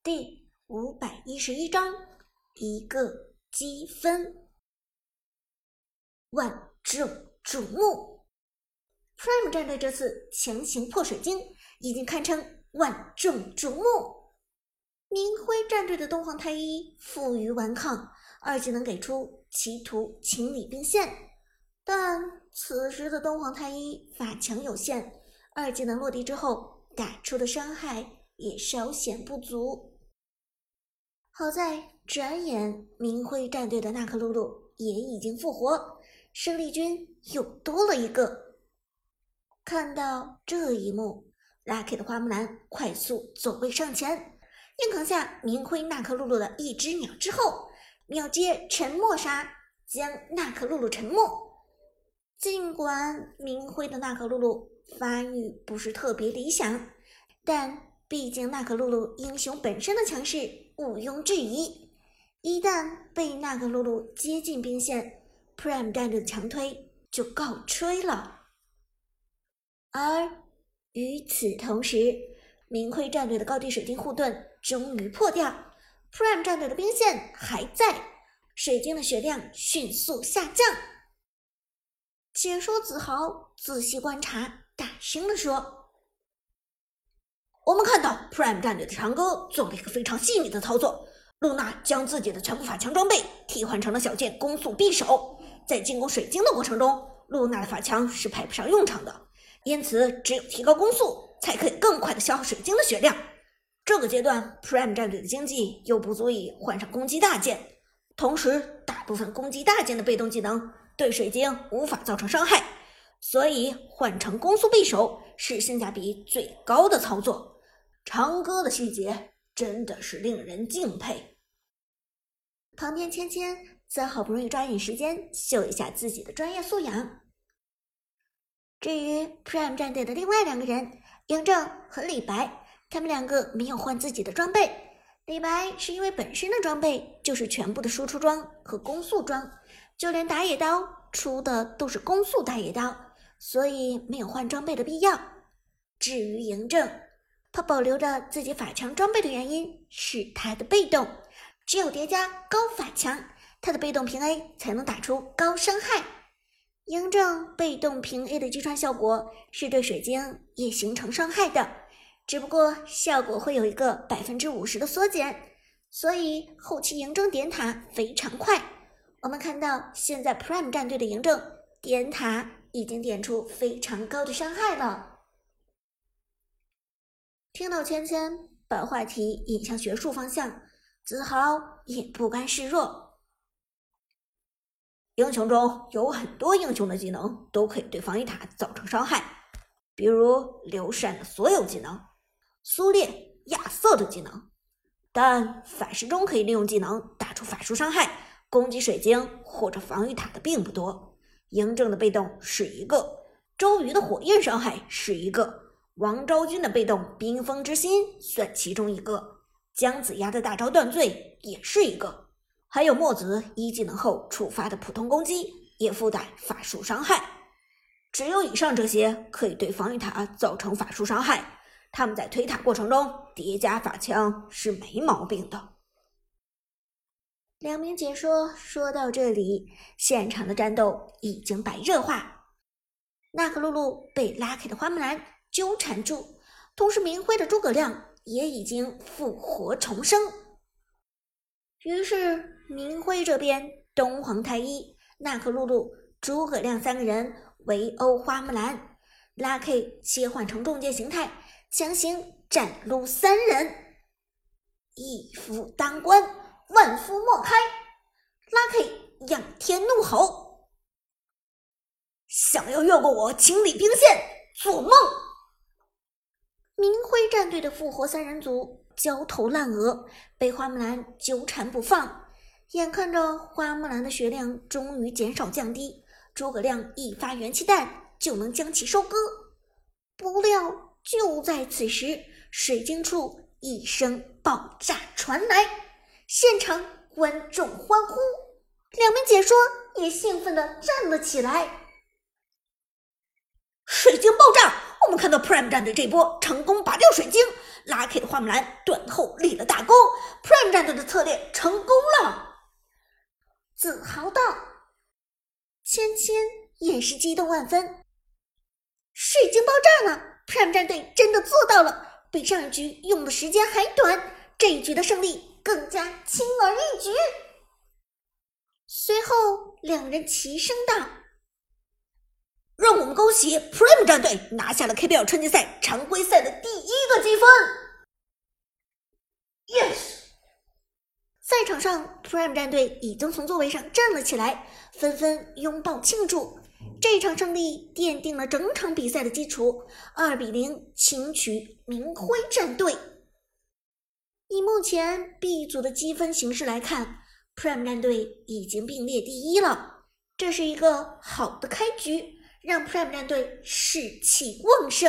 第511章，一个积分。万众瞩目 ，Prime 战队这次强行破水晶，已经堪称万众瞩目。明辉战队的东皇太一负隅顽抗，二技能给出企图清理兵线，但此时的东皇太一法强有限，二技能落地之后打出的伤害也稍显不足。好在转眼明辉战队的纳克露露也已经复活，胜利军又多了一个。看到这一幕，拉 K 的花木兰快速走位上前，硬扛下明辉纳克露露的一只鸟之后，秒接沉默杀，将纳克露露沉默。尽管明辉的纳克露露发育不是特别理想，但毕竟纳克露露英雄本身的强势毋庸置疑，一旦被纳克露露接近兵线， Prime 战队的强推就告吹了。而与此同时，明辉战队的高地水晶护盾终于破掉， Prime 战队的兵线还在，水晶的血量迅速下降。解说子豪仔细观察，大声地说： 我们看到 Prime 战队的长歌做了一个非常细腻的操作，露娜将自己的全部法强装备替换成了小剑攻速匕首，在进攻水晶的过程中，露娜的法强是派不上用场的，因此只有提高攻速才可以更快的消耗水晶的血量。这个阶段 Prime 战队的经济又不足以换上攻击大剑，同时大部分攻击大剑的被动技能对水晶无法造成伤害，所以换成攻速匕首是性价比最高的操作。长歌的细节真的是令人敬佩。 旁边芊芊则好不容易抓紧时间秀一下自己的专业素养。至于 Prime 战队的另外两个人，嬴政和李白，他们两个没有换自己的装备。李白是因为本身的装备就是全部的输出装和攻速装，就连打野刀出的都是攻速打野刀，所以没有换装备的必要。至于嬴政，他保留着自己法强装备的原因是他的被动，只有叠加高法强，他的被动平 A 才能打出高伤害。嬴政被动平 A 的击穿效果是对水晶也形成伤害的，只不过效果会有一个 50% 的缩减，所以后期嬴政点塔非常快。我们看到现在 Prime 战队的嬴政点塔已经点出非常高的伤害了。听到芊芊把话题引向学术方向，子豪也不甘示弱。 英雄中有很多英雄的技能都可以对防御塔造成伤害，比如刘禅的所有技能，苏烈、亚瑟的技能，但法师中可以利用技能打出法术伤害，攻击水晶或者防御塔的并不多。嬴政的被动是一个，周瑜的火焰伤害是一个，王昭君的被动冰封之心算其中一个，姜子牙的大招断罪也是一个，还有墨子一技能后触发的普通攻击也附带法术伤害。只有以上这些可以对防御塔造成法术伤害，他们在推塔过程中叠加法强是没毛病的。 两名解说说到这里，现场的战斗已经白热化。纳克露露被拉 K 的花木兰纠缠住，同时明辉的诸葛亮也已经复活重生。于是明辉这边东皇太一、纳克露露、诸葛亮三个人围殴花木兰，拉 K 切换成重剑形态，强行斩撸三人。一夫当关，万夫莫开，拉 K 仰天怒吼： 想要越过我清理兵线，做梦！ 明辉战队的复活三人组焦头烂额，被花木兰纠缠不放。眼看着花木兰的血量终于减少降低，诸葛亮一发元气弹就能将其收割。不料就在此时，水晶处一声爆炸传来，现场观众欢呼，两名解说也兴奋地站了起来。 水晶爆炸！我们看到 Prime 战队这波成功拔掉水晶， 拉 K 的花木兰断后立了大功 ，Prime 战队的策略成功了。 自豪道。芊芊也是激动万分。水晶爆炸了 ！Prime 战队真的做到了，比上一局用的时间还短，这一局的胜利更加轻而易举。随后，两人齐声道：“ 让我们恭喜 Prime 战队拿下了 KPL 春季赛常规赛的第1个积分 ！Yes！” 赛场上 ，Prime 战队已经从座位上站了起来，纷纷拥抱庆祝。这场胜利奠定了整场比赛的基础，2-0轻取明辉战队。以目前 B 组的积分形势来看， Prime 战队已经并列第1了，这是一个好的开局，让 Prime 战队士气旺盛。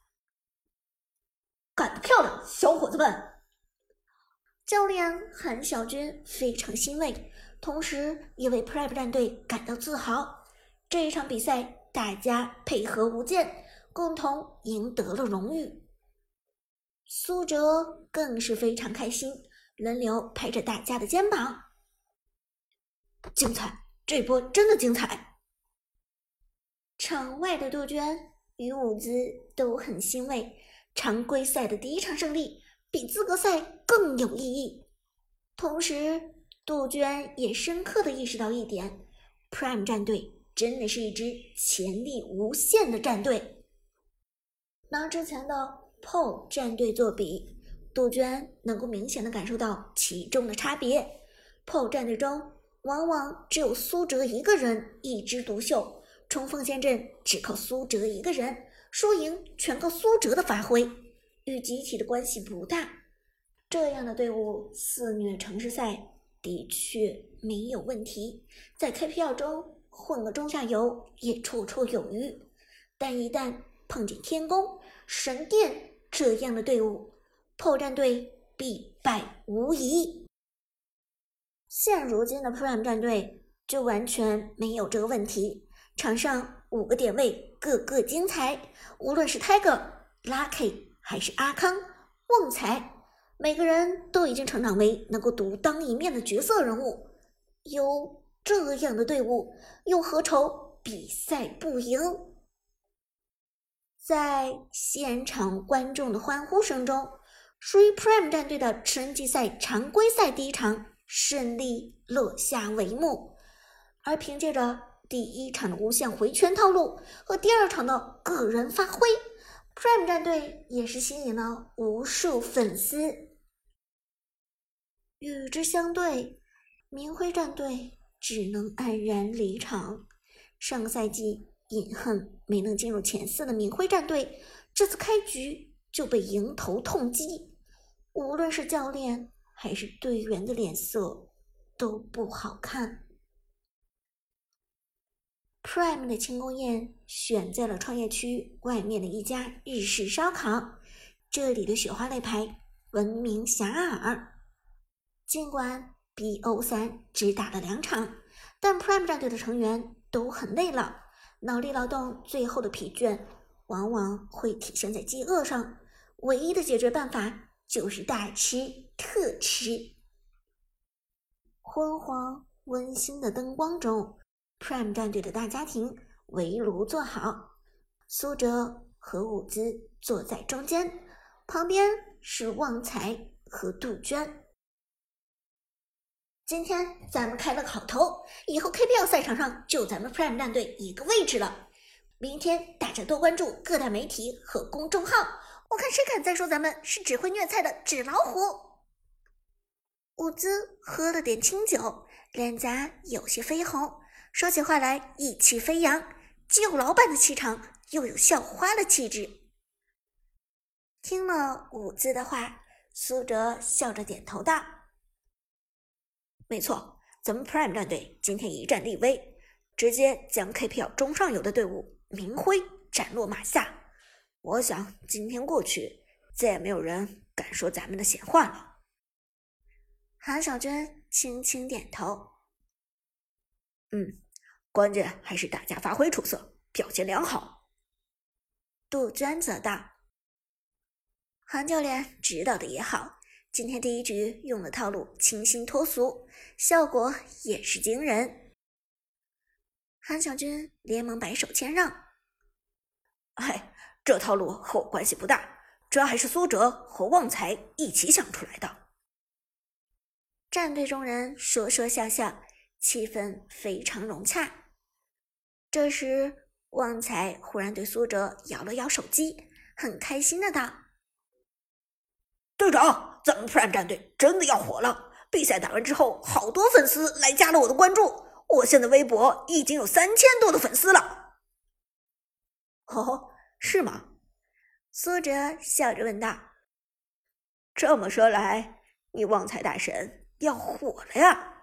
干得漂亮，小伙子们！ 教练韩小军非常欣慰，同时也为 Prime 战队感到自豪。这一场比赛，大家配合无间，共同赢得了荣誉。苏哲更是非常开心，轮流拍着大家的肩膀。 精彩，这波真的精彩！ 场外的杜鹃与伍兹都很欣慰，常规赛的第1场胜利比资格赛更有意义。同时，杜鹃也深刻地意识到一点 ，Prime 战队真的是一支潜力无限的战队。拿之前的 PO 战队做比，杜鹃能够明显地感受到其中的差别。PO 战队中往往只有苏哲一个人一枝独秀，冲锋陷阵只靠苏哲一个人，输赢全靠苏哲的发挥，与集体的关系不大。这样的队伍肆虐城市赛的确没有问题，在 KPL 中混个中下游也绰绰有余。但一旦碰见天宫、神殿这样的队伍，PO战队必败无疑。现如今的 Prime 战队就完全没有这个问题，场上5个点位个个精彩，无论是 Tiger、Lucky 还是阿康、旺财，每个人都已经成长为能够独当一面的角色人物。有这样的队伍，又何愁比赛不赢？在现场观众的欢呼声中，属于 Prime 战队的春季赛常规赛第1场顺利落下帷幕。而凭借着第1场的无限回圈套路和第2场的个人发挥， Prime 战队也是吸引了无数粉丝。与之相对，明辉战队只能黯然离场。上个赛季隐恨没能进入前4的明辉战队，这次开局就被迎头痛击，无论是教练还是队员的脸色都不好看。Prime 的庆功宴选在了创业区外面的一家日式烧烤，这里的雪花擂台闻名遐迩。尽管 BO3 只打了2场，但 Prime 战队的成员都很累了，脑力劳动最后的疲倦往往会体现在饥饿上，唯一的解决办法就是大吃特吃。昏黄温馨的灯光中， Prime 战队的大家庭围炉坐好，苏哲和伍兹坐在中间，旁边是旺财和杜鹃。今天咱们开了个好头，以后 KPL 赛场上就咱们 Prime 战队一个位置了。明天大家多关注各大媒体和公众号，我看谁敢再说咱们是只会虐菜的纸老虎。伍兹喝了点清酒，脸颊有些绯红，说起话来意气飞扬，既有老板的气场，又有校花的气质。听了伍兹的话，苏哲笑着点头道： 没错，咱们 Prime 战队今天一战立威，直接将 KPL 中上游的队伍明辉斩落马下。我想今天过去，再也没有人敢说咱们的闲话了。 韩小娟轻轻点头。 关键还是大家发挥出色，表现良好。 杜鹃则道： 韩教练指导的也好，今天第一局用的套路清新脱俗，效果也是惊人。韩小军连忙摆手谦让：“ 哎，这套路和我关系不大，主要还是苏哲和旺财一起想出来的。” 战队中人说说笑笑，气氛非常融洽。这时，旺财忽然对苏哲摇了摇手机，很开心的道：“ 队长，咱们 Prime 战队真的要火了！比赛打完之后，好多粉丝来加了我的关注，我现在微博已经有3000多的粉丝了。”“ 哦，是吗？”苏哲笑着问道。“ 这么说来，你旺财大神要火了呀？”